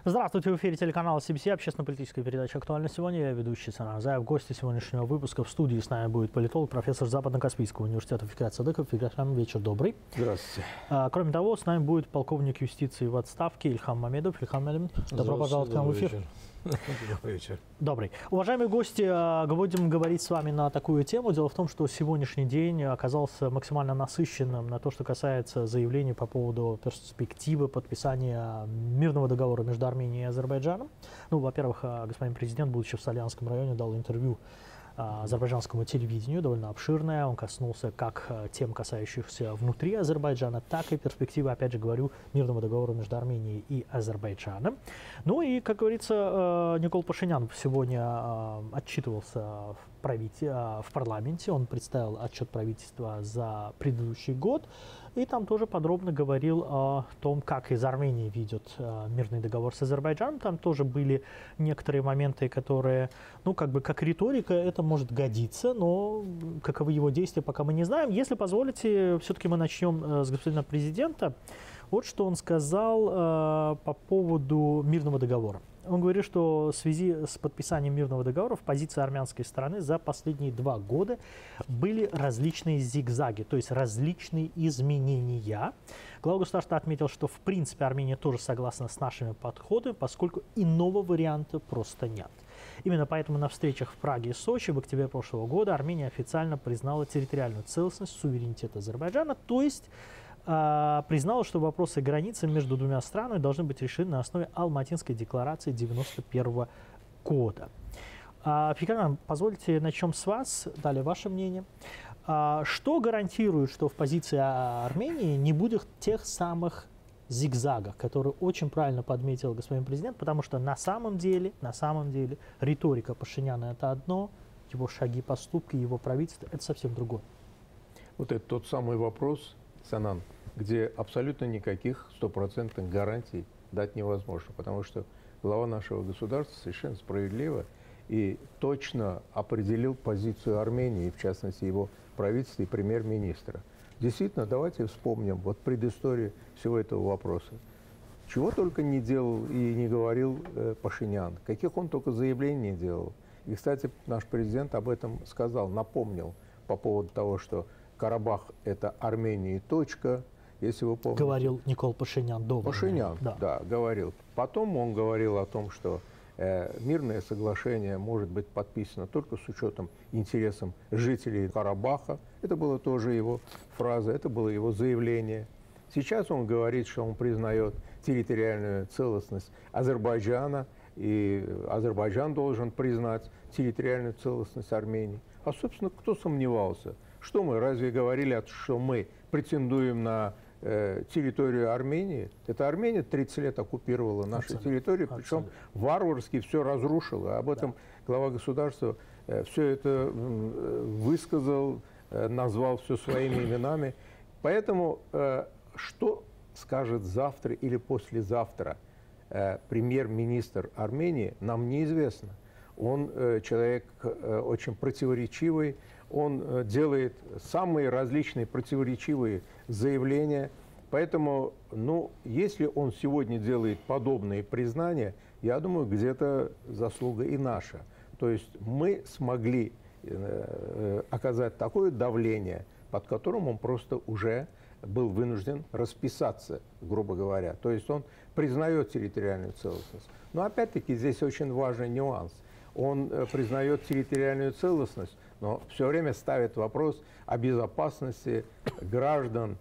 Здравствуйте, в эфире телеканала CBC, общественно-политическая передача «Актуально сегодня». Я ведущий Санар Заев. Гости сегодняшнего выпуска в студии с нами будет политолог, профессор Западно-Каспийского университета Фикрат Садыков. Фикрат, вечер добрый. Здравствуйте. Кроме того, с нами будет полковник юстиции в отставке Ильхам Мамедов. Ильхам Мамедов, добро пожаловать к нам в эфир. Добрый вечер. Добрый. Уважаемые гости, будем говорить с вами на такую тему. Дело в том, что сегодняшний день оказался максимально насыщенным на то, что касается заявлений по поводу перспективы подписания мирного договора между Арменией и Азербайджаном. Ну, во-первых, господин президент, будучи в Солянском районе, дал интервью азербайджанскому телевидению, довольно обширное. Он коснулся как тем, касающихся внутри Азербайджана, так и перспективы, опять же говорю, мирного договора между Арменией и Азербайджаном. Ну и, как говорится, Никол Пашинян сегодня отчитывался в парламенте. Он представил отчет правительства за предыдущий год. И там тоже подробно говорил о том, как из Армении ведет мирный договор с Азербайджаном. Там тоже были некоторые моменты, которые, ну, как бы как риторика, это может годиться, но каковы его действия, пока мы не знаем. Если позволите, все-таки мы начнем с господина президента. Вот что он сказал по поводу мирного договора. Он говорит, что в связи с подписанием мирного договора в позиции армянской стороны за последние 2 года были различные зигзаги, то есть различные изменения. Глава государства отметил, что в принципе Армения тоже согласна с нашими подходами, поскольку иного варианта просто нет. Именно поэтому на встречах в Праге и Сочи в октябре прошлого года Армения официально признала территориальную целостность, суверенитет Азербайджана, то есть признала, что вопросы границы между двумя странами должны быть решены на основе Алматинской декларации 1991 года. Фикрат, позвольте начнем с вас, далее ваше мнение. Что гарантирует, что в позиции Армении не будет тех самых зигзагов, которые очень правильно подметил господин президент, потому что на самом деле риторика Пашиняна – это одно, его шаги, поступки, его правительство – это совсем другое. Вот это тот самый вопрос, Санан, где абсолютно никаких стопроцентных гарантий дать невозможно, потому что глава нашего государства совершенно справедливо и точно определил позицию Армении, в частности его правительства и премьер-министра. Действительно, давайте вспомним вот предысторию всего этого вопроса. Чего только не делал и не говорил Пашинян, каких он только заявлений не делал. И, кстати, наш президент об этом сказал, напомнил по поводу того, что Карабах – это Армения и точка, если вы помните. Говорил Никол Пашинян до войны. Пашинян, да, говорил. Потом он говорил о том, что мирное соглашение может быть подписано только с учетом интересов жителей Карабаха. Это была тоже его фраза, это было его заявление. Сейчас он говорит, что он признает территориальную целостность Азербайджана, и Азербайджан должен признать территориальную целостность Армении. А, собственно, кто сомневался? Что мы, разве говорили, что мы претендуем на территорию Армении? Это Армения 30 лет оккупировала нашу территорию, причем варварски все разрушила. Об этом глава государства все это высказал, назвал все своими именами. Поэтому что скажет завтра или послезавтра премьер-министр Армении, нам неизвестно. Он человек очень противоречивый, он делает самые различные противоречивые заявления. Поэтому, ну, если он сегодня делает подобные признания, я думаю, где-то заслуга и наша. То есть мы смогли оказать такое давление, под которым он просто уже был вынужден расписаться, грубо говоря. То есть он признает территориальную целостность. Но опять-таки здесь очень важный нюанс. Он признает территориальную целостность, но все время ставит вопрос о безопасности граждан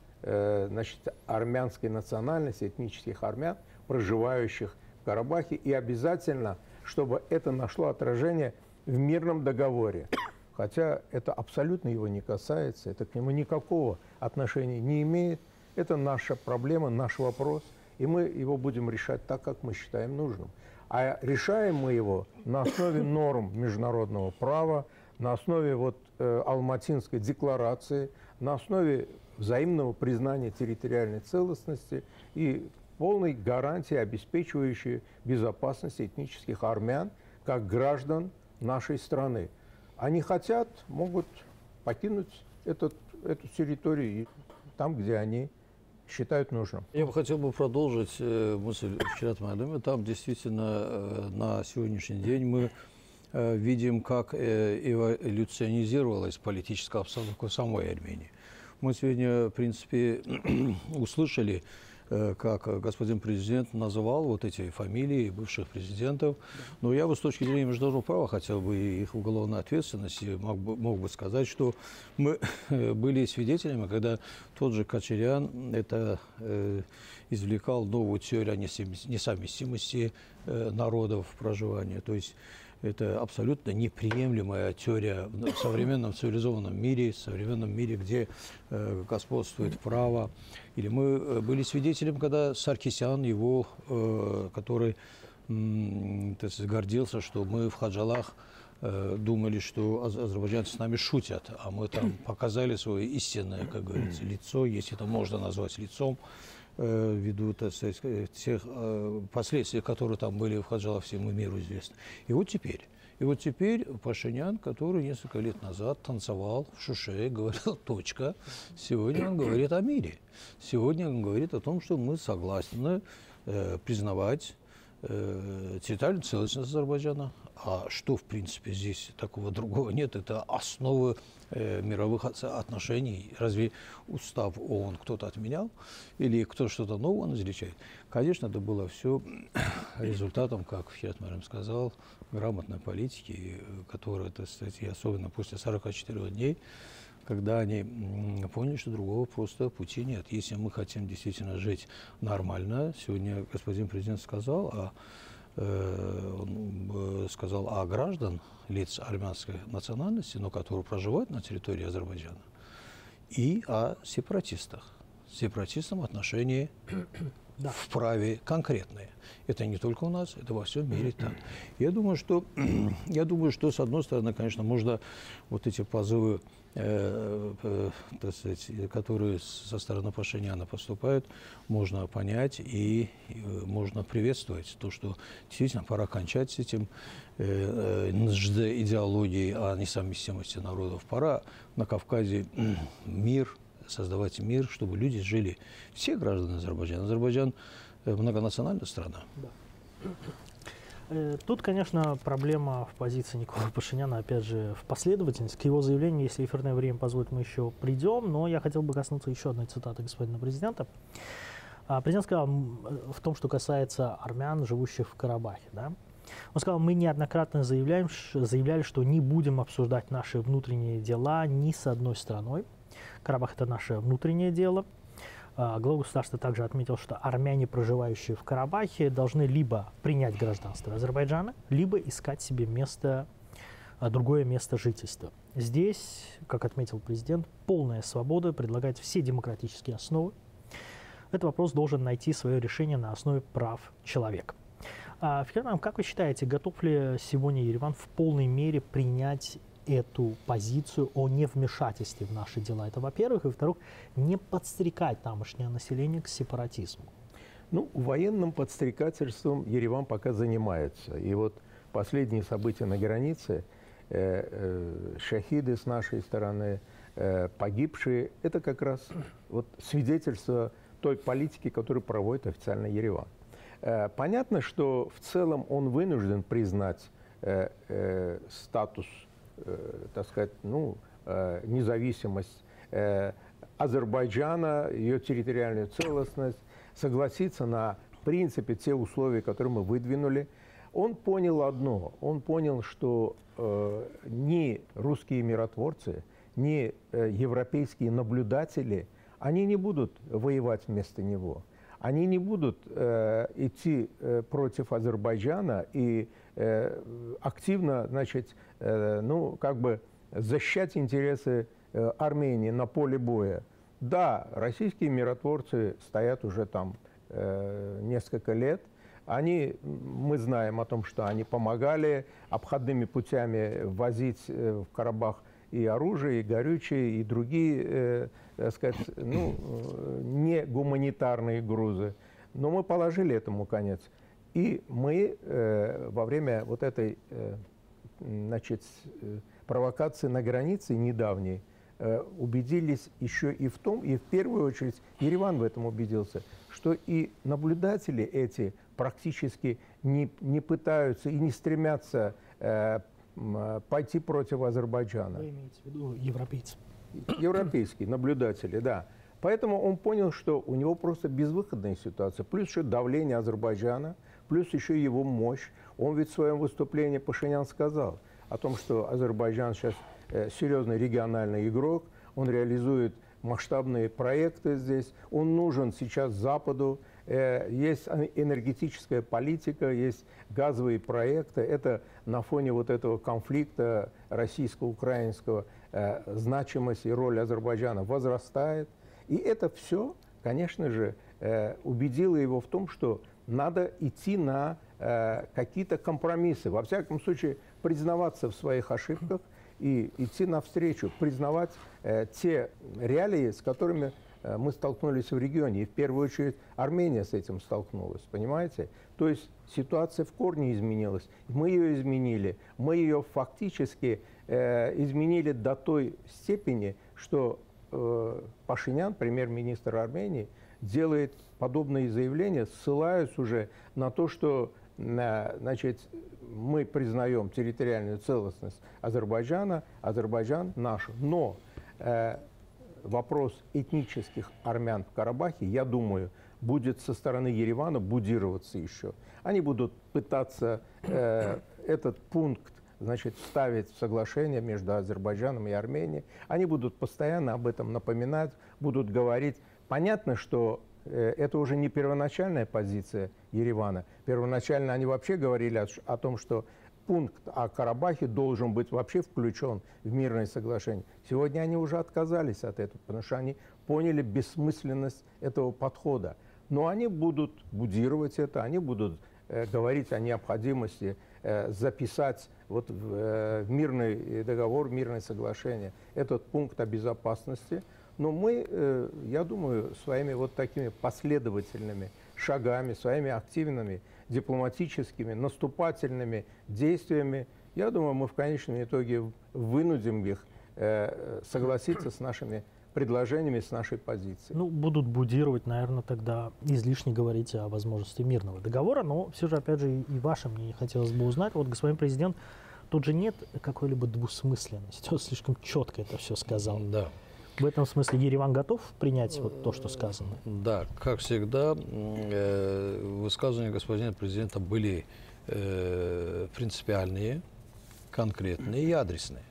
армянской национальности, этнических армян, проживающих в Карабахе, и обязательно, чтобы это нашло отражение в мирном договоре. Хотя это абсолютно его не касается, это к нему никакого отношения не имеет. Это наша проблема, наш вопрос, и мы его будем решать так, как мы считаем нужным. А решаем мы его на основе норм международного права, на основе Алматинской декларации, на основе взаимного признания территориальной целостности и полной гарантии, обеспечивающей безопасность этнических армян как граждан нашей страны. Они хотят, могут покинуть эту территорию там, где они считают нужным. Я бы хотел продолжить мысль Фикерат Мадуми. Там действительно на сегодняшний день мы видим, как эволюционизировалась политическая обстановка в самой Армении. Мы сегодня, в принципе, услышали, как господин президент называл вот эти фамилии бывших президентов. Но я бы с точки зрения международного права хотел бы их уголовной ответственности мог бы сказать, что мы были свидетелями, когда тот же Качарян извлекал новую теорию о несовместимости народов проживания. То есть это абсолютно неприемлемая теория в современном цивилизованном мире, где господствует право. Или мы были свидетелем, когда Саркисян, который гордился, что мы в Хаджалах думали, что азербайджанцы с нами шутят, а мы там показали свое истинное, как говорится, лицо, если это можно назвать лицом, ввиду тех последствий, которые там были в Хаджалах, всему миру известны. И вот теперь Пашинян, который несколько лет назад танцевал в Шуше, говорил «точка», сегодня он говорит о мире. Сегодня он говорит о том, что мы согласны признавать территориальную целостность Азербайджана. А что, в принципе, здесь такого другого нет? Это основы мировых отношений. Разве устав ООН кто-то отменял? Или кто что-то новое изречает? Конечно, это было все результатом, как Фикерат Мадуми сказал, грамотной политики, которая, кстати, особенно после 44 дней, когда они поняли, что другого просто пути нет. Если мы хотим действительно жить нормально, сегодня господин президент сказал, он сказал о граждан, лиц армянской национальности, но которые проживают на территории Азербайджана, и о сепаратистах. Сепаратистам отношения в праве конкретные. Это не только у нас, это во всем мире так. Я думаю, что с одной стороны, конечно, можно вот эти позывы, которые со стороны Пашиняна поступают, можно понять и можно приветствовать то, что действительно пора кончать с этим идеологией о несовместимости народов. Пора на Кавказе создавать мир, чтобы люди жили, все граждане Азербайджана. Азербайджан многонациональная страна. Да. Тут, конечно, проблема в позиции Николая Пашиняна, опять же, в последовательности. К его заявлению, если эфирное время позволит, мы еще придем, но я хотел бы коснуться еще одной цитаты господина президента. Президент сказал в том, что касается армян, живущих в Карабахе. Да? Он сказал, мы неоднократно заявляли, что не будем обсуждать наши внутренние дела ни с одной страной. Карабах – это наше внутреннее дело. Глава государства также отметил, что армяне, проживающие в Карабахе, должны либо принять гражданство Азербайджана, либо искать себе другое место жительства. Здесь, как отметил президент, полная свобода предлагает все демократические основы. Этот вопрос должен найти свое решение на основе прав человека. Фикерат Мадуми, как вы считаете, готов ли сегодня Ереван в полной мере принять эту позицию о невмешательстве в наши дела? Это, во-первых. И, во-вторых, не подстрекать тамошнее население к сепаратизму. Ну, военным подстрекательством Ереван пока занимается. И вот последние события на границе, шахиды с нашей стороны, погибшие, это как раз вот свидетельство той политики, которую проводит официально Ереван. Понятно, что в целом он вынужден признать статус, так сказать, независимость Азербайджана, ее территориальную целостность, согласиться на принципе те условия, которые мы выдвинули. Он понял одно, он понял, что ни русские миротворцы, ни европейские наблюдатели, они не будут воевать вместо него. Они не будут идти против Азербайджана и активно, значит, защищать интересы Армении на поле боя. Да, российские миротворцы стоят уже там несколько лет. Мы знаем о том, что они помогали обходными путями возить в Карабах и оружие, и горючее, и другие, так сказать, не гуманитарные грузы. Но мы положили этому конец. И мы во время вот этой, значит, провокации на границе недавней убедились еще и в том, и в первую очередь Ереван в этом убедился, что и наблюдатели эти практически не пытаются и не стремятся пойти против Азербайджана. Вы имеете в виду европейцы? Европейские наблюдатели, да. Поэтому он понял, что у него просто безвыходная ситуация. Плюс еще давление Азербайджана, плюс еще его мощь. Он ведь в своем выступлении Пашинян сказал о том, что Азербайджан сейчас серьезный региональный игрок, он реализует масштабные проекты здесь, он нужен сейчас Западу, есть энергетическая политика, есть газовые проекты. Это на фоне вот этого конфликта российско-украинского значимость и роль Азербайджана возрастает. И это все, конечно же, убедило его в том, что надо идти на какие-то компромиссы. Во всяком случае, признаваться в своих ошибках и идти навстречу, признавать те реалии, с которыми мы столкнулись в регионе. И в первую очередь Армения с этим столкнулась, понимаете? То есть ситуация в корне изменилась. Мы ее изменили. Мы ее фактически изменили до той степени, что Пашинян, премьер-министр Армении, делает подобные заявления, ссылаясь уже на то, что значит, мы признаем территориальную целостность Азербайджана, Азербайджан наш. Но вопрос этнических армян в Карабахе, я думаю, будет со стороны Еревана будироваться еще. Они будут пытаться этот пункт, значит, вставить в соглашение между Азербайджаном и Арменией. Они будут постоянно об этом напоминать, будут говорить. Понятно, что это уже не первоначальная позиция Еревана. Первоначально они вообще говорили о том, что пункт о Карабахе должен быть вообще включен в мирное соглашение. Сегодня они уже отказались от этого, потому что они поняли бессмысленность этого подхода. Но они будут будировать это, они будут говорить о необходимости записать вот в мирный договор, мирное соглашение этот пункт о безопасности. Но мы, я думаю, своими вот такими последовательными шагами, своими активными дипломатическими, наступательными действиями, я думаю, мы в конечном итоге вынудим их согласиться с нашими предложениями, с нашей позицией. Ну, будут будировать, наверное, тогда излишне говорить о возможности мирного договора, но все же, опять же, и ваше мнение хотелось бы узнать. Вот, господин президент, тут же нет какой-либо двусмысленности, он слишком четко это все сказал. Да. В этом смысле Ереван готов принять вот то, что сказано? Да, как всегда, высказывания господина президента были принципиальные, конкретные и адресные.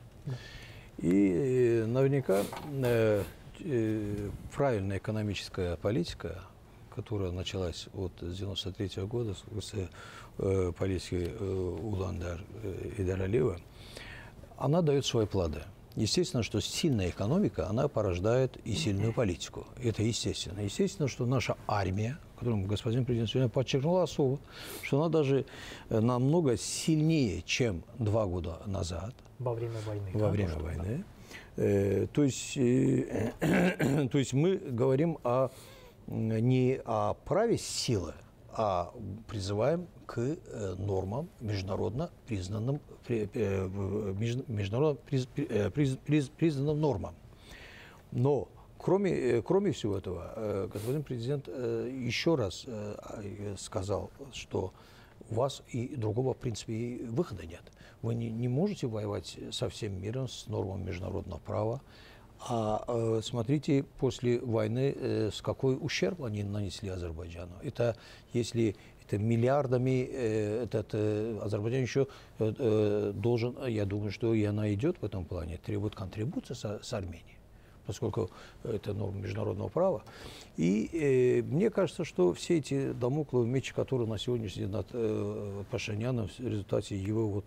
И наверняка правильная экономическая политика, которая началась от 1993 года с политики Уландар и Даралиева, она дает свои плоды. Естественно, что сильная экономика, она порождает и сильную политику. Это естественно. Естественно, что наша армия, которую господин президент сегодня подчеркнул особо, что она даже намного сильнее, чем 2 года назад. Во время войны. Во время войны. То есть мы говорим не о праве силы, а призываем к нормам признанным нормам. Но кроме всего этого, господин президент еще раз сказал, что у вас и другого, в принципе, выхода нет. Вы не можете воевать со всем миром с нормами международного права. А смотрите, после войны, с какой ущерб они нанесли Азербайджану. Это если это миллиардами, Азербайджан еще должен, я думаю, что и она идет в этом плане, требует контрибуции с Арменией, поскольку это норма международного права. И мне кажется, что все эти дамокловы мечи, которые на сегодняшний день над Пашиняном в результате его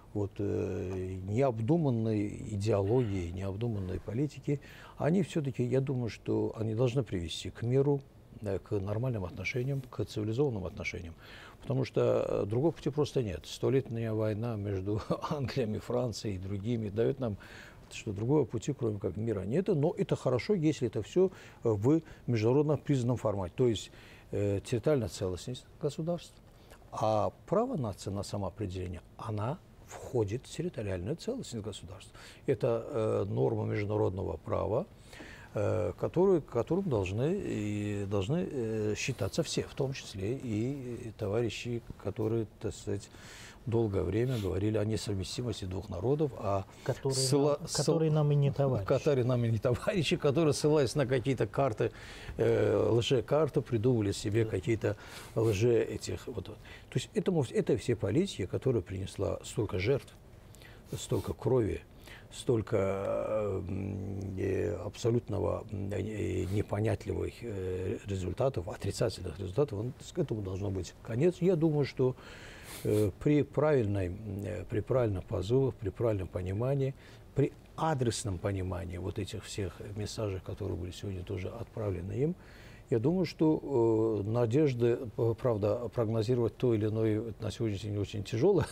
необдуманной идеологии, необдуманной политики, они все-таки, я думаю, что они должны привести к миру, к нормальным отношениям, к цивилизованным отношениям. Потому что другого пути просто нет. Столетняя война между Англией и Францией и другими дает нам, что другого пути, кроме как мира, нет. Но это хорошо, если это все в международно признанном формате. То есть территориальная целостность государств, а право нации на самоопределение, она входит в территориальную целостность государства. Это норма международного права, которым должны считаться все, в том числе и товарищи, которые, так сказать, долгое время говорили о несовместимости двух народов, которые нам и не товарищи. Которые нам и не товарищи, которые, ссылаясь на какие-то карты, лже-карты, придумывали себе какие-то лже-этих. Вот. То есть это все политики, которая принесла столько жертв, столько крови, столько абсолютного непонятливых результатов, отрицательных результатов. К этому должно быть конец. Я думаю, что при правильном позывах, при правильном понимании, при адресном понимании вот этих всех мессажей, которые были сегодня тоже отправлены им, я думаю, что надежды, правда, прогнозировать то или иное на сегодняшний день очень тяжело.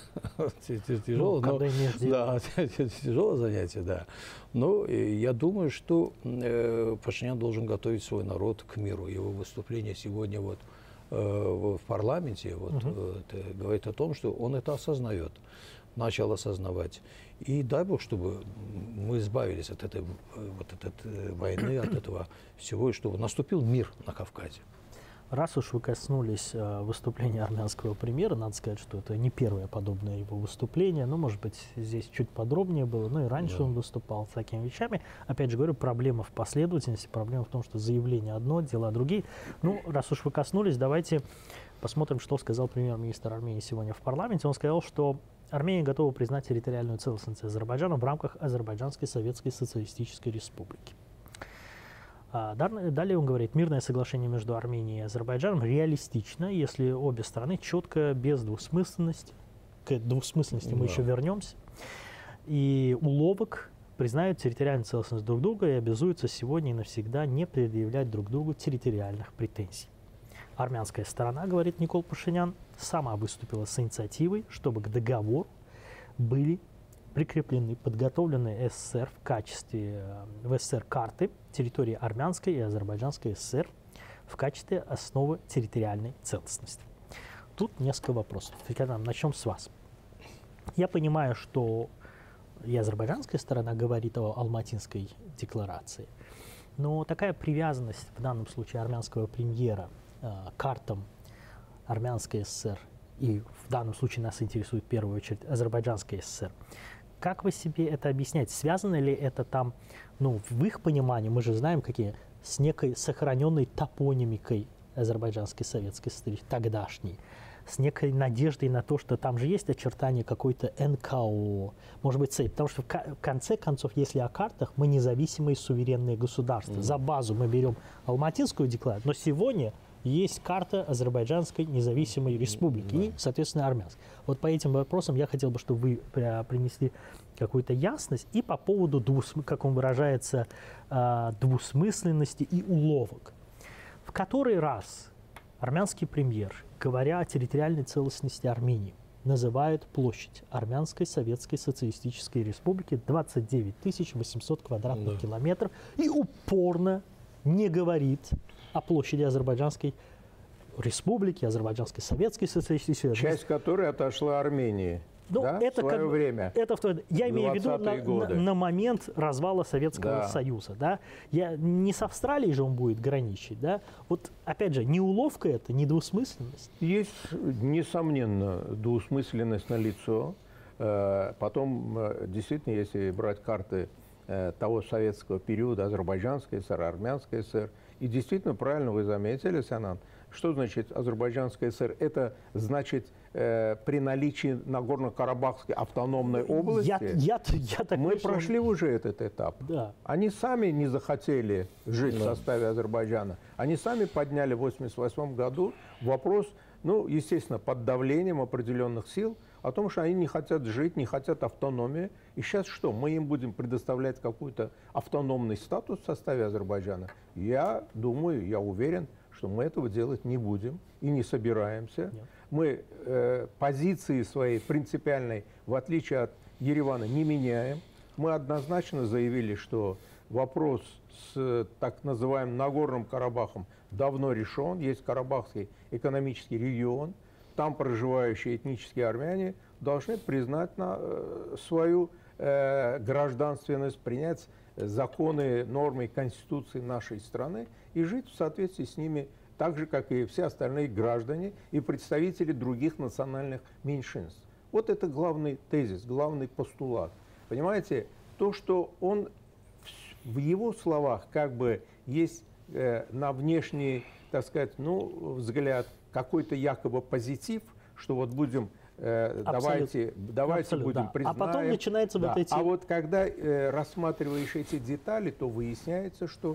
Тяжелое занятие, да. Но я думаю, что Пашинян должен готовить свой народ к миру. Его выступление сегодня вот в парламенте говорит о том, что он это осознает, начал осознавать. И дай Бог, чтобы мы избавились от этой войны, от этого всего, и чтобы наступил мир на Кавказе. Раз уж вы коснулись выступления армянского премьера, надо сказать, что это не первое подобное его выступление, но, может быть, здесь чуть подробнее было, но и раньше он выступал с такими вещами. Опять же говорю, проблема в последовательности, проблема в том, что заявление одно, дела другие. Ну, раз уж вы коснулись, давайте посмотрим, что сказал премьер-министр Армении сегодня в парламенте. Он сказал, что Армения готова признать территориальную целостность Азербайджана в рамках Азербайджанской Советской Социалистической Республики. Далее он говорит, мирное соглашение между Арменией и Азербайджаном реалистично, если обе стороны четко, без двусмысленности, к двусмысленности мы еще вернемся, и уловок признают территориальную целостность друг друга и обязуются сегодня и навсегда не предъявлять друг другу территориальных претензий. Армянская сторона, говорит Никол Пашинян, сама выступила с инициативой, чтобы к договору были прикреплены подготовленные СССР в качестве в СССР карты территории Армянской и Азербайджанской ССР в качестве основы территориальной целостности. Тут несколько вопросов. Начнем с вас. Я понимаю, что и азербайджанская сторона говорит о Алматинской декларации, но такая привязанность в данном случае армянского премьера к картам Армянской ССР, и в данном случае нас интересует в первую очередь Азербайджанская ССР, как вы себе это объясняете? Связано ли это там, в их понимании, мы же знаем, какие, с некой сохраненной топонимикой Азербайджанской Советской Социалистической, тогдашней, с некой надеждой на то, что там же есть очертания какой-то НКО, может быть, цель. Потому что в конце концов, если о картах, мы независимые суверенные государства. За базу мы берем Алматинскую декларацию, но сегодня есть карта Азербайджанской независимой республики и, соответственно, армянской. Вот по этим вопросам я хотел бы, чтобы вы принесли какую-то ясность и по поводу, как он выражается, двусмысленности и уловок. В который раз армянский премьер, говоря о территориальной целостности Армении, называет площадь Армянской Советской Социалистической Республики 29 800 квадратных километров и упорно не говорит о площади Азербайджанской Республики, Азербайджанской Советской Социалистической Республики. Часть которой отошла Армении. Это в свое время. Я имею в виду на момент развала Советского Союза. Да? Не с Австралией же он будет граничить. Да? Вот опять же, не уловка это, не двусмысленность. Есть, несомненно, двусмысленность налицо. Потом, действительно, если брать карты того советского периода, Азербайджанской ССР, Армянской ССР, и действительно, правильно вы заметили, Санан, что значит Азербайджанская ССР? Это значит при наличии Нагорно-Карабахской автономной области. Мы прошли уже этот этап. Да. Они сами не захотели жить в составе Азербайджана. Они сами подняли в 1988 году вопрос, естественно, под давлением определенных сил, о том, что они не хотят жить, не хотят автономии. И сейчас что? Мы им будем предоставлять какой-то автономный статус в составе Азербайджана? Я думаю, я уверен, что мы этого делать не будем и не собираемся. Нет. Мы позиции своей принципиальной, в отличие от Еревана, не меняем. Мы однозначно заявили, что вопрос с так называемым Нагорным Карабахом давно решен. Есть Карабахский экономический регион. Там проживающие этнические армяне должны признать свою гражданственность, принять законы, нормы Конституции нашей страны и жить в соответствии с ними так же, как и все остальные граждане и представители других национальных меньшинств. Вот это главный тезис, главный постулат. Понимаете, то, что он в его словах как бы есть на внешний, так сказать, ну, взгляд какой-то якобы позитив, что вот будем, давайте будем да. признаем. А потом начинается да. вот эти... А вот когда рассматриваешь эти детали, то выясняется, что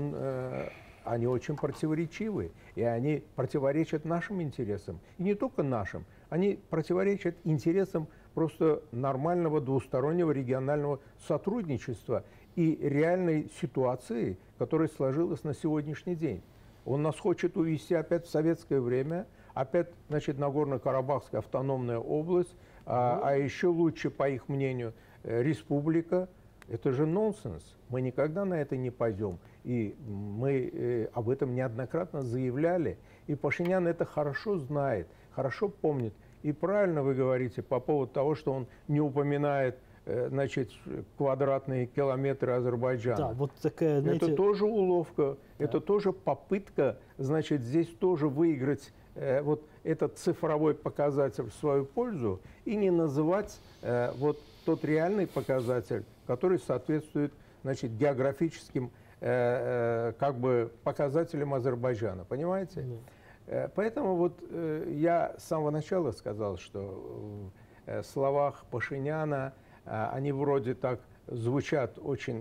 они очень противоречивы, и они противоречат нашим интересам. И не только нашим, они противоречат интересам просто нормального двустороннего регионального сотрудничества и реальной ситуации, которая сложилась на сегодняшний день. Он нас хочет увести опять в советское время, опять, значит, Нагорно-Карабахская автономная область, а еще лучше, по их мнению, республика. Это же нонсенс. Мы никогда на это не пойдем. И мы об этом неоднократно заявляли. И Пашинян это хорошо знает, хорошо помнит. И правильно вы говорите по поводу того, что он не упоминает, значит, квадратные километры Азербайджана. Да, вот такая, знаете... Это тоже уловка, это тоже попытка, значит, здесь тоже выиграть вот этот цифровой показатель в свою пользу и не называть вот тот реальный показатель, который соответствует, значит, географическим как бы показателям Азербайджана. Понимаете? Поэтому вот я с самого начала сказал, что в словах Пашиняна они вроде так звучат очень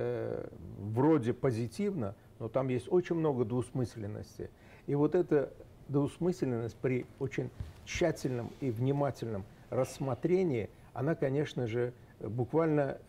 вроде позитивно, но там есть очень много двусмысленности. И вот эта двусмысленность при очень тщательном и внимательном рассмотрении, она, конечно же, буквально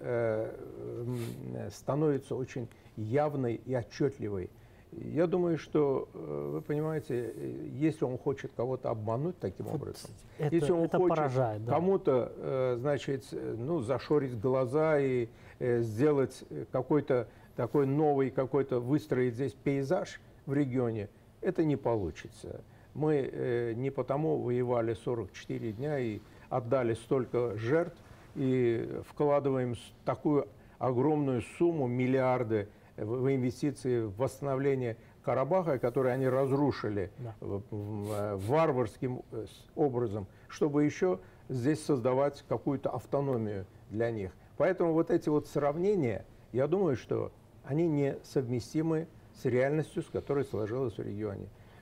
становится очень явной и отчетливой. Я думаю, что, вы понимаете, если он хочет кого-то обмануть таким образом, если он хочет поражает, да, кому-то, значит, ну, зашорить глаза и сделать какой-то такой новый, какой-то выстроить здесь пейзаж в регионе, это не получится. Мы не потому воевали 44 дня и отдали столько жертв, и вкладываем такую огромную сумму, миллиарды в инвестиции в восстановление Карабаха, которые они разрушили варварским образом, чтобы еще здесь создавать какую-то автономию для них. Поэтому вот эти вот сравнения, я думаю, что они несовместимы с реальностью, с которой сложилась в регионе.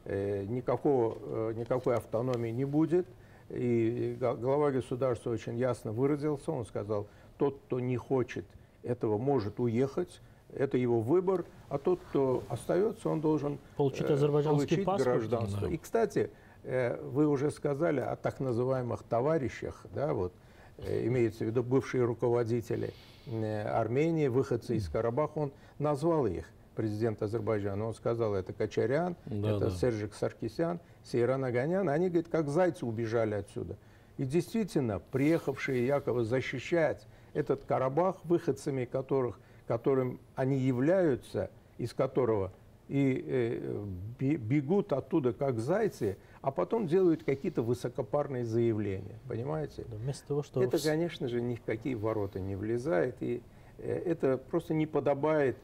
Никакой автономии не будет. И глава государства очень ясно выразился, он сказал, тот, кто не хочет этого, может уехать, это его выбор, а тот, кто остается, он должен получить азербайджанский паспорт. Гражданство. И, кстати, вы уже сказали о так называемых товарищах, да, вот, имеется в виду бывшие руководители Армении, выходцы из Карабаха, он назвал их, президент Азербайджана, он сказал, это Качарян, это Сержик Саркисян, Сейран Аганян, они, говорит, как зайцы убежали отсюда. И действительно, приехавшие якобы защищать этот Карабах, выходцами которым они являются, из которого и бегут оттуда как зайцы, а потом делают какие-то высокопарные заявления, понимаете? Да, вместо того, что... Это, конечно же, ни в какие ворота не влезает, и это просто не подобает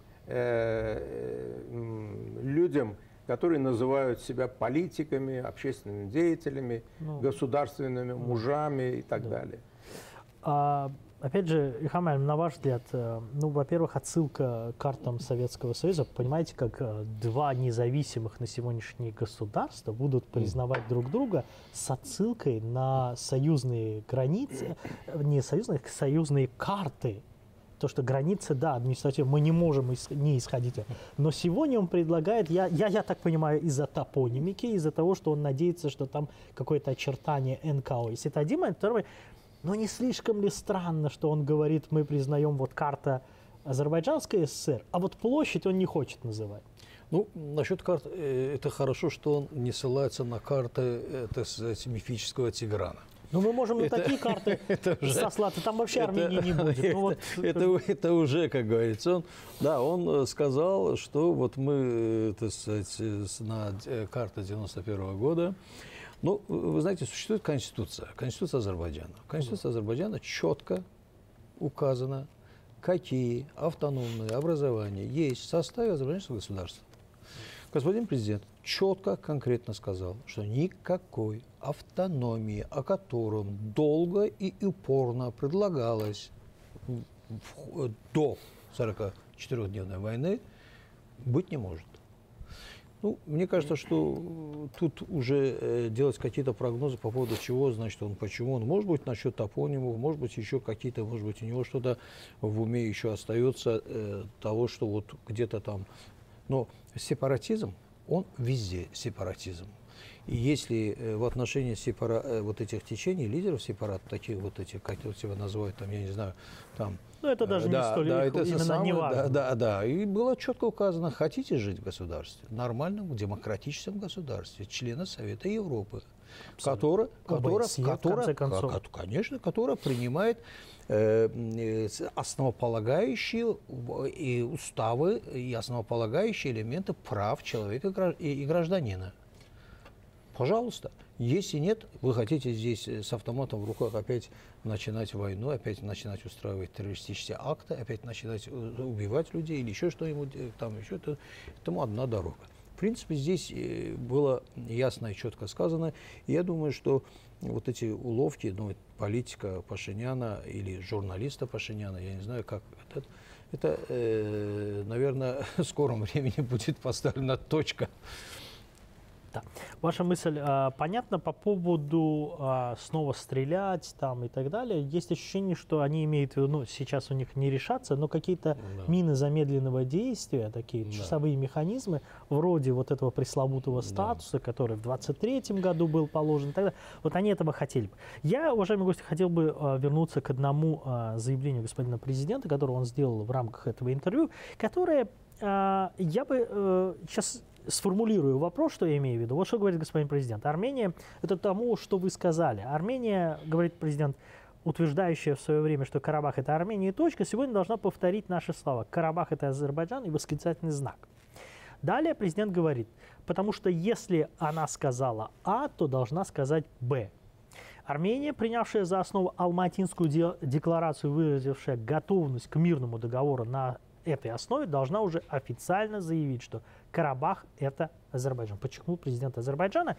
людям, которые называют себя политиками, общественными деятелями, государственными мужами и так далее. Опять же, Ильхам Алиевич, на ваш взгляд, ну, во-первых, отсылка к картам Советского Союза, понимаете, как два независимых на сегодняшний государства будут признавать друг друга с отсылкой на союзные границы, не союзные, союзные карты. То, что границы, да, административно мы не можем не исходить. Но сегодня он предлагает, я так понимаю, из-за топонимики, из-за того, что он надеется, что там какое-то очертание НКО. Если это один момент, второй, но не слишком ли странно, что он говорит, мы признаем вот карта Азербайджанской ССР, а вот площадь он не хочет называть? Ну, насчет карт, это хорошо, что он не ссылается на карты, так сказать, мифического Тиграна. Ну, мы можем на такие карты сослаться, там вообще Армении не будет. Это уже, как говорится, он сказал, что вот мы, так сказать, на карте 91 года, Ну, вы знаете, существует Конституция Азербайджана. В Конституции Азербайджана четко указано, какие автономные образования есть в составе азербайджанского государства. Господин президент четко, конкретно сказал, что никакой автономии, о котором долго и упорно предлагалось до 44-дневной войны, быть не может. Ну, мне кажется, что тут уже делать какие-то прогнозы по поводу чего, значит, почему он, может быть, насчет топонимов, может быть, еще какие-то, может быть, у него что-то в уме еще остается того, что вот где-то там. Но сепаратизм, он везде сепаратизм. И если в отношении вот этих течений, лидеров сепарат, таких вот этих, как его называют, там, я не знаю, там... Ну, это даже не столь именно не важно. Да. И было четко указано, хотите жить в государстве, нормальном, демократическом государстве, члена Совета Европы, которая принимает основополагающие и уставы, и основополагающие элементы прав человека и гражданина. Пожалуйста. Если нет, вы хотите здесь с автоматом в руках опять начинать войну, опять начинать устраивать террористические акты, опять начинать убивать людей или еще что-нибудь, там еще этому одна дорога. В принципе, здесь было ясно и четко сказано. И я думаю, что вот эти уловки, ну, политика Пашиняна или журналиста Пашиняна, я не знаю, как это наверное, в скором времени будет поставлена точка. Да. Ваша мысль понятна по поводу снова стрелять там и так далее. Есть ощущение, что они имеют в виду, ну, сейчас у них не решаться, но какие-то мины замедленного действия, такие часовые механизмы, вроде вот этого пресловутого статуса, который в 23-м году был положен и так далее. Вот они этого хотели бы. Я, уважаемые гости, хотел бы вернуться к одному заявлению господина президента, которое он сделал в рамках этого интервью, которое я бы сейчас... Сформулирую вопрос, что я имею в виду. Вот что говорит господин президент. Армения, это тому, что вы сказали. Армения, говорит президент, утверждающая в свое время, что Карабах это Армения и точка, сегодня должна повторить наши слова. Карабах это Азербайджан и восклицательный знак. Далее президент говорит, потому что если она сказала А, то должна сказать Б. Армения, принявшая за основу Алматинскую декларацию, выразившая готовность к мирному договору на этой основе, должна уже официально заявить, что Карабах – это Азербайджан. Подчеркнул президент Азербайджана.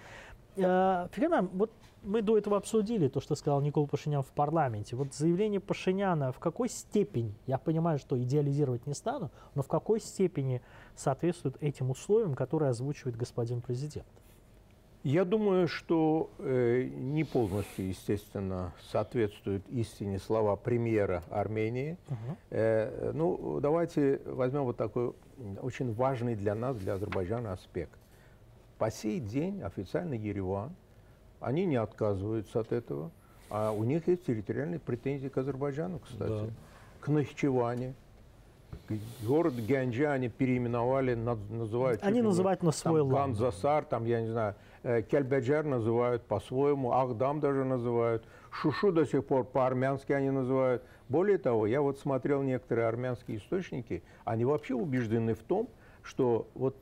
Вот мы до этого обсудили то, что сказал Никол Пашинян в парламенте. Вот заявление Пашиняна в какой степени, я понимаю, что идеализировать не стану, но в какой степени соответствует этим условиям, которые озвучивает господин президент? Я думаю, что не полностью, естественно, соответствуют истине слова премьера Армении. Ну, давайте возьмем вот такой очень важный для нас, для Азербайджана аспект. По сей день официально Ереван, они не отказываются от этого, а у них есть территориальные претензии к Азербайджану, кстати, к Нахичеване. Город Гянджа они переименовали, называют... Они называют на свой лад. Ганзасар, там, я не знаю, Кельбеджар называют по-своему, Ахдам даже называют, Шушу до сих пор по-армянски они называют. Более того, я вот смотрел некоторые армянские источники, они вообще убеждены в том, что вот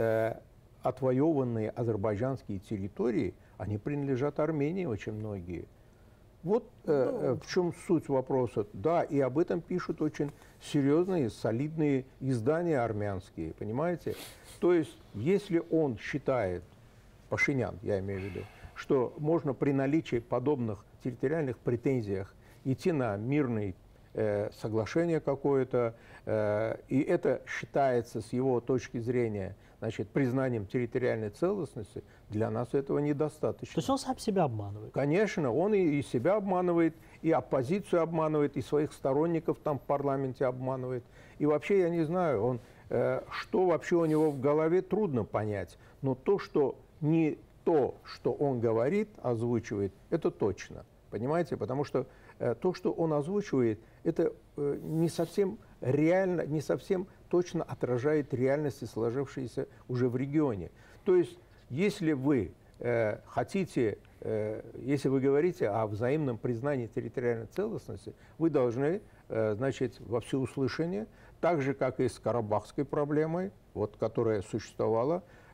отвоеванные азербайджанские территории, они принадлежат Армении очень многие. Вот в чем суть вопроса. Да, и об этом пишут очень серьезные, солидные издания армянские, понимаете? То есть, если он считает, Пашинян, я имею в виду, что можно при наличии подобных территориальных претензиях идти на мирное соглашение какое-то, и это считается с его точки зрения, значит, признанием территориальной целостности, для нас этого недостаточно. То есть он сам себя обманывает? Конечно, он и себя обманывает, и оппозицию обманывает, и своих сторонников там в парламенте обманывает. И вообще, я не знаю, что вообще у него в голове, трудно понять. Но то, что не то, что он говорит, озвучивает, это точно. Понимаете? Потому что то, что он озвучивает, это не совсем реально, не совсем точно отражает реальности, сложившиеся уже в регионе. То есть, если вы хотите, если вы говорите о взаимном признании территориальной целостности, вы должны, значит, во всеуслышание, так же, как и с карабахской проблемой, вот, которая существовала,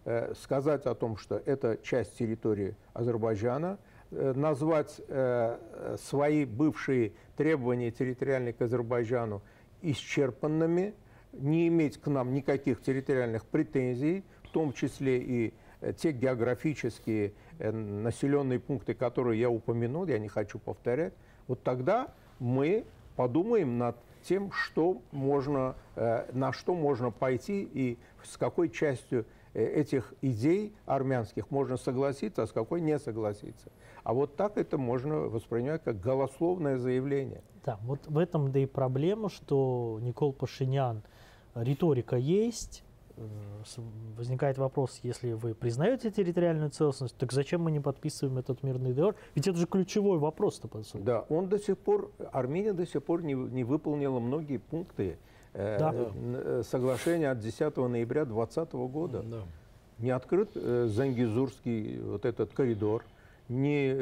сказать о том, что это часть территории Азербайджана, назвать свои бывшие требования территориальные к Азербайджану исчерпанными, не иметь к нам никаких территориальных претензий, в том числе и те географические населенные пункты, которые я упомянул, я не хочу повторять, вот тогда мы подумаем над тем, что можно, на что можно пойти и с какой частью этих идей армянских можно согласиться, а с какой не согласиться. А вот так это можно воспринимать как голословное заявление. Да, вот в этом-то и проблема, что Никол Пашинян, риторика есть. Возникает вопрос, если вы признаете территориальную целостность, так зачем мы не подписываем этот мирный договор? Ведь это же ключевой вопрос-то, по сути. Да, он до сих пор, Армения до сих пор не выполнила многие пункты соглашения от 10 ноября 2020 года. Да. Не открыт Зангезурский вот этот коридор, не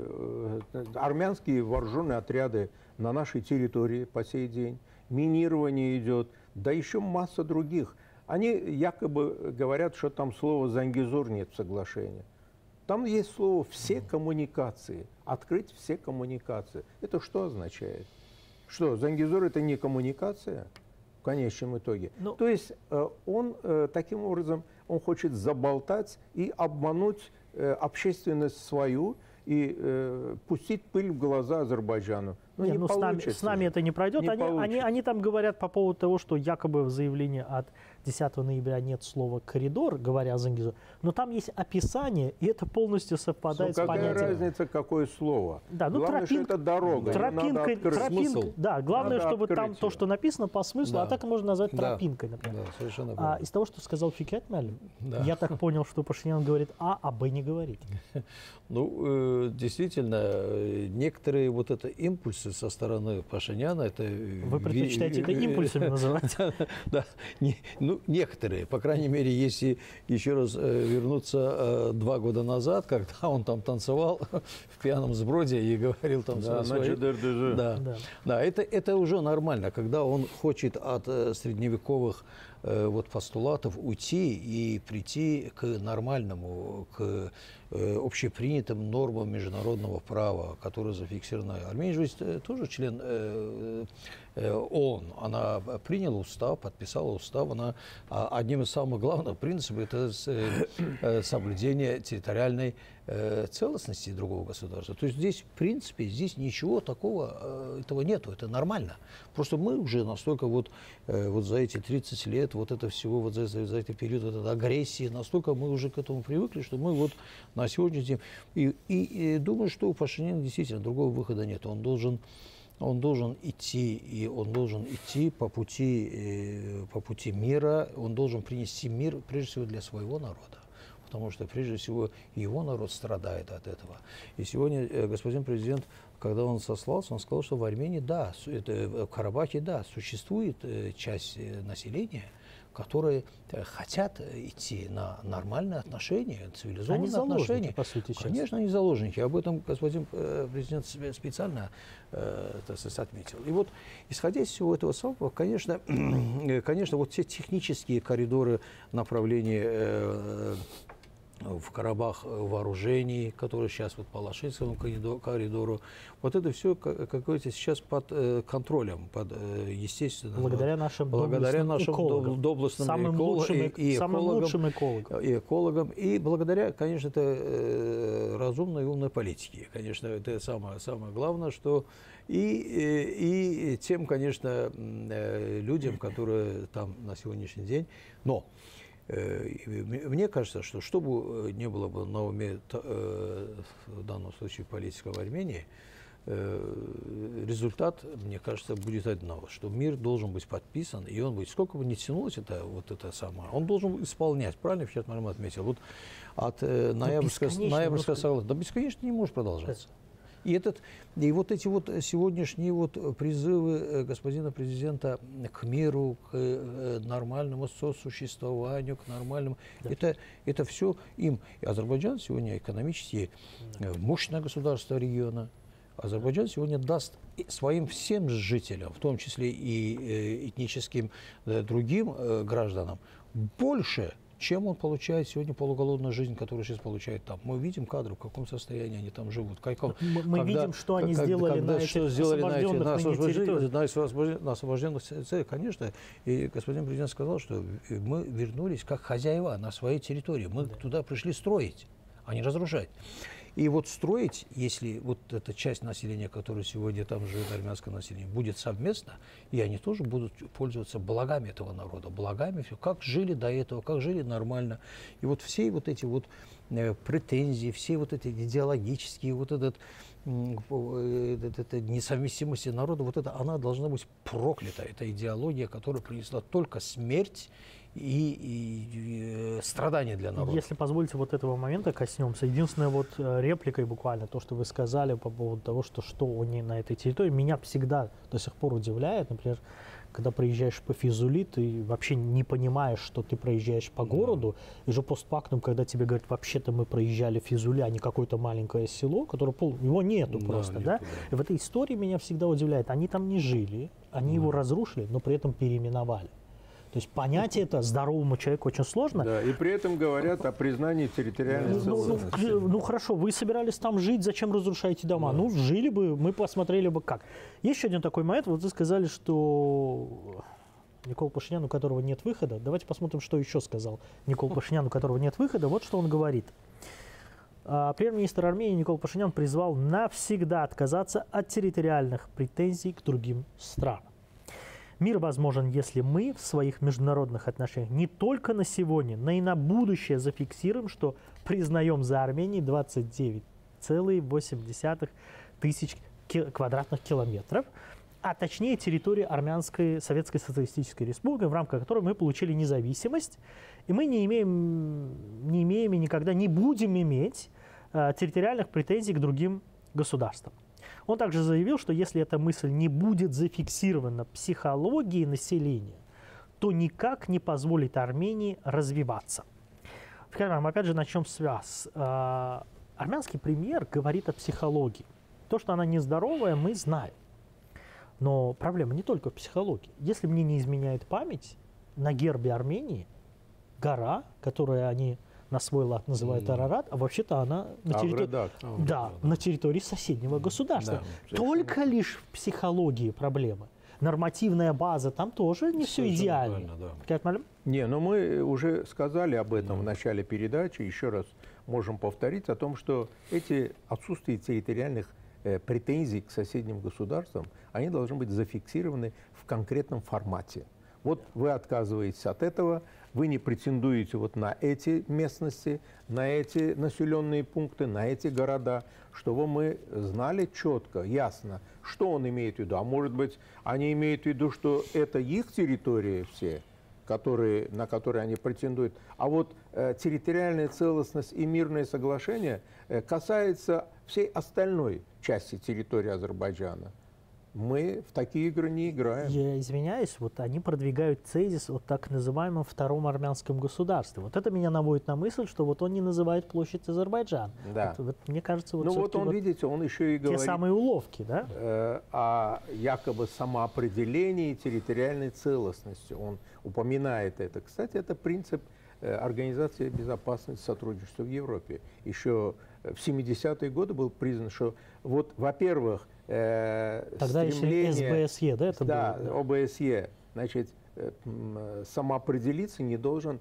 армянские вооруженные отряды на нашей территории по сей день, минирование идет, да еще масса других. Они якобы говорят, что там слова «Зангезур» нет в соглашении. Там есть слово «все коммуникации», открыть все коммуникации. Это что означает? Что, Зангезур – это не коммуникация в конечном итоге? Ну, то есть он таким образом он хочет заболтать и обмануть общественность свою и пустить пыль в глаза Азербайджану. Ну, не получится. С нами это не пройдет. Они там говорят по поводу того, что якобы в заявлении от 10 ноября нет слова «коридор», говоря о Зангезуре, но там есть описание, и это полностью совпадает с понятием. Какая разница, какое слово? Да, ну, главное, что это дорога. Тропинка, да, главное, чтобы там то, что написано по смыслу, да. А так можно назвать тропинкой, например. Да, совершенно правильно. Из того, что сказал Фикет Меллим, я так понял, что Пашинян говорит а Б не говорит. Ну, действительно, некоторые вот это импульсы со стороны Пашиняна, это... Вы предпочитаете это импульсами называть? Да, ну, некоторые. По крайней мере, если еще раз вернуться 2 года назад, когда он там танцевал в пьяном сброде и говорил там... Да, это уже нормально, когда он хочет от средневековых вот постулатов уйти и прийти к нормальному, к общепринятым нормам международного права, которые зафиксированы. Армения же тоже член ООН. Она приняла устав, подписала устав. Она, одним из самых главных принципов это соблюдение территориальной целостности другого государства. То есть здесь, в принципе, здесь ничего такого, этого нету, это нормально. Просто мы уже настолько вот за эти 30 лет, вот это всего, вот за этот период, вот этой агрессии, настолько мы уже к этому привыкли, что мы вот на сегодняшний день... И думаю, что у Пашиняна действительно другого выхода нет. Он должен идти по пути мира, он должен принести мир, прежде всего, для своего народа. Потому что, прежде всего, его народ страдает от этого. И сегодня господин президент, когда он сослался, он сказал, что в Армении, да, в Карабахе, да, существует часть населения, которые хотят идти на нормальные отношения, цивилизованные отношения. По сути, сейчас. Конечно, они заложники. Об этом господин президент специально отметил. И вот, исходя из всего этого самого, конечно, вот все технические коридоры направления в Карабах вооружений, которые сейчас вот по Лашинскому коридору, вот это все, как говорится, сейчас под контролем, естественно, благодаря нашим доблестным экологам, и благодаря, конечно, это разумной и умной политике. Конечно, это самое главное, что и тем, конечно, людям, которые там на сегодняшний день, но мне кажется, что бы ни было бы на уме в данном случае политика в Армении, результат, мне кажется, будет одного, что мир должен быть подписан, и он будет, сколько бы ни тянулось это самое, он должен исполнять, правильно Фикет Меллим отметил, вот от ноябрьского соглашения, да, бесконечно не может продолжаться. И вот эти вот сегодняшние вот призывы господина президента к миру, к нормальному сосуществованию, к нормальному, да. Это все им. И Азербайджан сегодня экономически мощное государство региона. Азербайджан сегодня даст своим всем жителям, в том числе и этническим другим гражданам, больше, чем он получает сегодня полуголодную жизнь, которую сейчас получает там. Мы видим кадры, в каком состоянии они там живут. Мы видим, что они сделали на этих освобожденных территориях. Конечно, и господин президент сказал, что мы вернулись как хозяева на своей территории. Мы туда пришли строить, а не разрушать. И вот строить, если вот эта часть населения, которая сегодня там живет, армянское население, будет совместно, и они тоже будут пользоваться благами этого народа, благами, как жили до этого, как жили нормально. И вот все вот эти вот претензии, все вот эти идеологические, вот эта несовместимость народа, вот это, она должна быть проклята. Это идеология, которая принесла только смерть и страдания для народа. Если позволите, вот этого момента коснемся. Единственная вот репликой буквально, то, что вы сказали по поводу того, что они на этой территории, меня всегда до сих пор удивляет. Например, когда проезжаешь по Физули, ты вообще не понимаешь, что ты проезжаешь по городу, и же постфактум, когда тебе говорят, вообще-то мы проезжали Физули, а не какое-то маленькое село, которое его нету просто, нету, да? И в этой истории меня всегда удивляет, они там не жили, они его разрушили, но при этом переименовали. То есть понять это здоровому человеку очень сложно. Да, и при этом говорят о признании территориальной целостности. Ну хорошо, вы собирались там жить, зачем разрушаете дома? Ну жили бы, мы посмотрели бы как. Есть еще один такой момент, вот вы сказали, что Никол Пашинян, у которого нет выхода. Давайте посмотрим, что еще сказал Никол Пашинян, у которого нет выхода. Вот что он говорит. Премьер-министр Армении Никол Пашинян призвал навсегда отказаться от территориальных претензий к другим странам. Мир возможен, если мы в своих международных отношениях не только на сегодня, но и на будущее зафиксируем, что признаем за Арменией 29,8 тысяч квадратных километров, а точнее территории Армянской Советской Социалистической Республики, в рамках которой мы получили независимость, и мы не имеем и никогда не будем иметь территориальных претензий к другим государствам. Он также заявил, что если эта мысль не будет зафиксирована психологией населения, то никак не позволит Армении развиваться. Опять же, начнем с вас. Армянский премьер говорит о психологии. То, что она нездоровая, мы знаем. Но проблема не только в психологии. Если мне не изменяет память, на гербе Армении гора, которую они на свой лад называют Арарат, а вообще-то она на территории, на территории соседнего государства. Да, только лишь в психологии проблемы. Нормативная база там тоже не все идеально. Да. Не, но мы уже сказали об этом в начале передачи, еще раз можем повторить о том, что эти отсутствие территориальных претензий к соседним государствам, они должны быть зафиксированы в конкретном формате. Вот вы отказываетесь от этого, вы не претендуете вот на эти местности, на эти населенные пункты, на эти города, чтобы мы знали четко, ясно, что он имеет в виду. А может быть, они имеют в виду, что это их территории все, на которые они претендуют. А вот территориальная целостность и мирное соглашение касается всей остальной части территории Азербайджана. Мы в такие игры не играем. Я извиняюсь, вот они продвигают тезис о так называемом втором армянском государстве. Вот это меня наводит на мысль, что вот он не называет площадь Азербайджан. Да. Вот, мне кажется, вот, ну вот он, видите, он еще и говорит те самые уловки, да? О якобы самоопределении территориальной целостности. Он упоминает это. Кстати, это принцип Организации безопасности и сотрудничества в Европе. Еще в 70-е годы был признан, что вот, во-первых, тогда еще СБСЕ, да, это да, было? Да, ОБСЕ, значит, самоопределиться не должен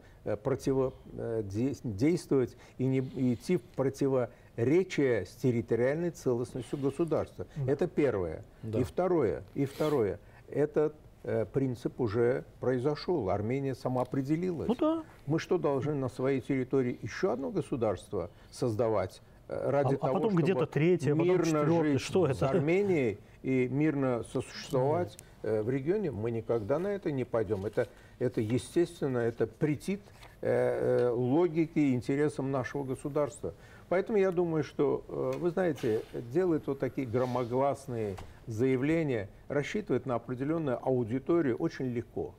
противодействовать и не идти в противоречие с территориальной целостностью государства. Это первое. Да. И второе, этот принцип уже произошел. Армения самоопределилась. Ну, да. Мы что, должны на своей территории еще одно государство создавать ради того, потом чтобы где-то третье, мирно жить что с Арменией и мирно сосуществовать в регионе? Мы никогда на это не пойдем. Это естественно, это претит логике и интересам нашего государства. Поэтому я думаю, что, вы знаете, делать вот такие громогласные заявления, рассчитывать на определенную аудиторию очень легко.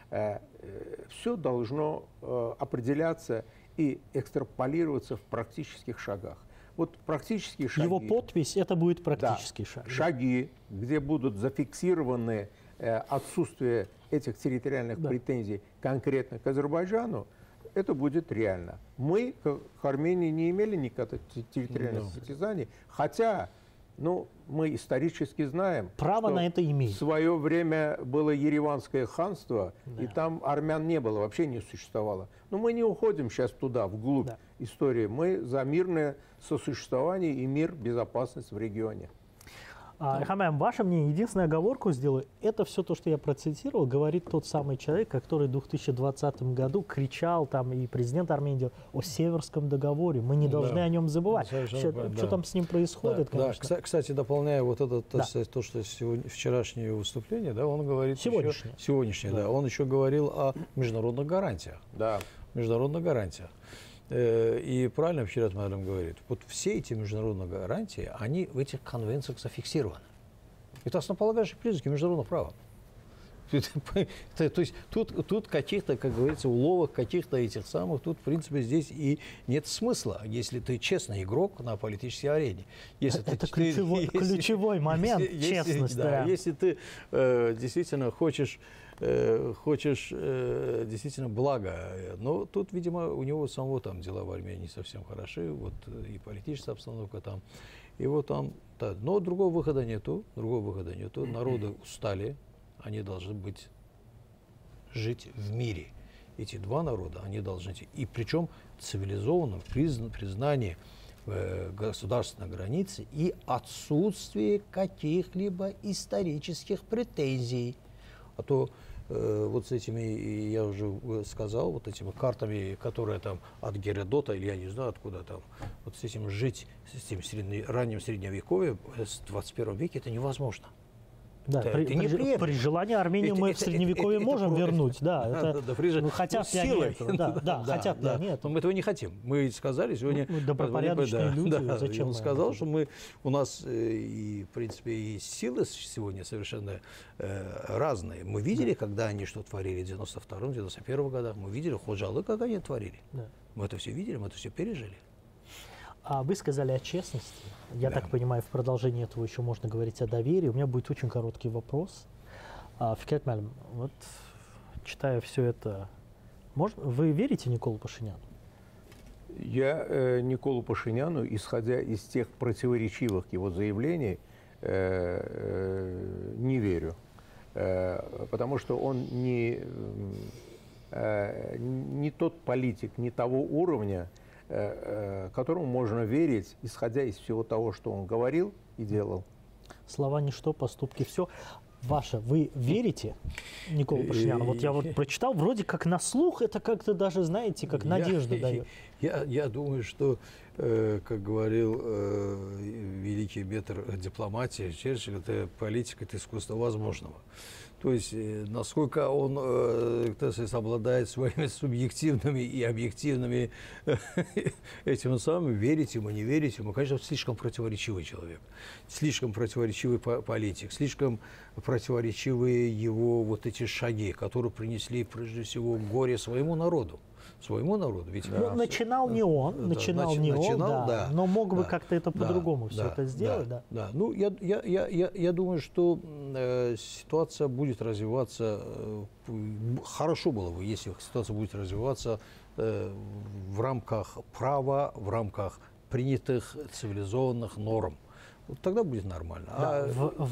Все должно определяться и экстраполироваться в практических шагах. Вот практические шаги. Его подпись – это будет практический шаг. Шаги, где будут зафиксированы отсутствие этих территориальных претензий конкретно к Азербайджану, это будет реально. Мы к Армении не имели никаких территориальных притязаний, хотя, ну, мы исторически знаем, право что на это имеем. в свое время было Ереванское ханство, и там армян не было, вообще не существовало. Но мы не уходим сейчас туда, вглубь истории. Мы за мирное сосуществование и мир, безопасность в регионе. Хамаем, ваше мнение, единственную оговорку сделаю, это все то, что я процитировал, говорит тот самый человек, который в 2020 году кричал, там и президент Армении делал, о Северском договоре, мы не должны о нем забывать. Что там с ним происходит, конечно. Да. Кстати, дополняя вот это, то, что вчерашнее выступление, да, он говорит... Сегодняшнее, да. Он еще говорил о международных гарантиях. Да. Международных гарантиях. И правильно вчера Мадам говорит, вот все эти международные гарантии, они в этих конвенциях зафиксированы. Это основополагающие признаки международного права. То есть тут каких-то, как говорится, уловок, каких-то этих самых, тут, в принципе, здесь и нет смысла, если ты честный игрок на политической арене. Это ключевой момент, честность. Если ты действительно хочешь действительно блага. Но тут, видимо, у него самого там дела в Армении не совсем хороши, вот и политическая обстановка там, и вот там. Да. Но другого выхода нету. Народы устали, они должны жить в мире. Эти два народа, они должны жить. И причем цивилизованном признании государственной границы и отсутствие каких-либо исторических претензий. А то вот с этими, я уже сказал, вот этими картами, которые там от Геродота, или я не знаю откуда там, вот с этим жить, с этим ранним средневековьем, в 21 веке это невозможно. Да, при желании Армению мы в Средневековье можем вернуть. Да, хотят ли они этого? Да, хотят ли они этого? Но мы этого не хотим. Мы сказали сегодня... Добропорядочные люди, зачем? Он сказал, что у нас, и, в принципе, и силы сегодня совершенно разные. Мы видели, когда они что творили в 92-м, 91-м годах. Мы видели Ходжалы, как они творили. Мы это все видели, мы это все пережили. А вы сказали о честности. Я так понимаю, в продолжении этого еще можно говорить о доверии. У меня будет очень короткий вопрос. Фикret Мэлем, вот читая все это, вы верите Николу Пашиняну? Я Николу Пашиняну, исходя из тех противоречивых его заявлений, не верю. Потому что он не тот политик, не того уровня, которому можно верить, исходя из всего того, что он говорил и делал. Слова ничто, поступки все. Ваше, вы верите Николу Пашиняну? Вот я вот прочитал, вроде как на слух, это как-то даже, знаете, как надежду дает. Я думаю, что, как говорил великий метр дипломатии Черчилль, это политика, это искусство возможного. То есть, насколько он, так сказать, обладает своими субъективными и объективными этим самым, верить ему, не верить ему, конечно, слишком противоречивый человек, слишком противоречивый политик, слишком противоречивые его вот эти шаги, которые принесли, прежде всего, горе своему народу. Ведь начинал не он, но мог бы как-то это по-другому все это сделать. Да. Ну, я думаю, что ситуация будет развиваться, хорошо было бы, если ситуация будет развиваться в рамках права, в рамках принятых цивилизованных норм. Вот тогда будет нормально. Да,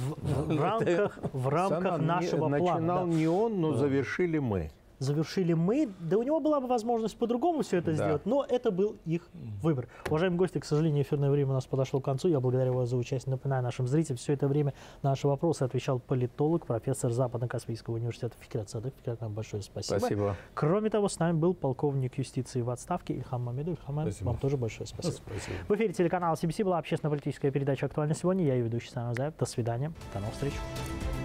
в рамках нашего плана. Начинал не он, но завершили мы. Завершили мы. Да у него была бы возможность по-другому все это сделать, но это был их выбор. Уважаемые гости, к сожалению, эфирное время у нас подошло к концу. Я благодарю вас за участие. Напоминаю нашим зрителям, все это время на наши вопросы отвечал политолог, профессор Западно-Каспийского университета Фикret Садык. Фикret, вам большое спасибо. Спасибо. Кроме того, с нами был полковник юстиции в отставке Ильхам Мамедов. Ильхам, вам тоже большое спасибо. В эфире телеканала CBC была общественно-политическая передача «Актуально сегодня». Я ее ведущий Сан Азаев. До свидания. До новых встреч.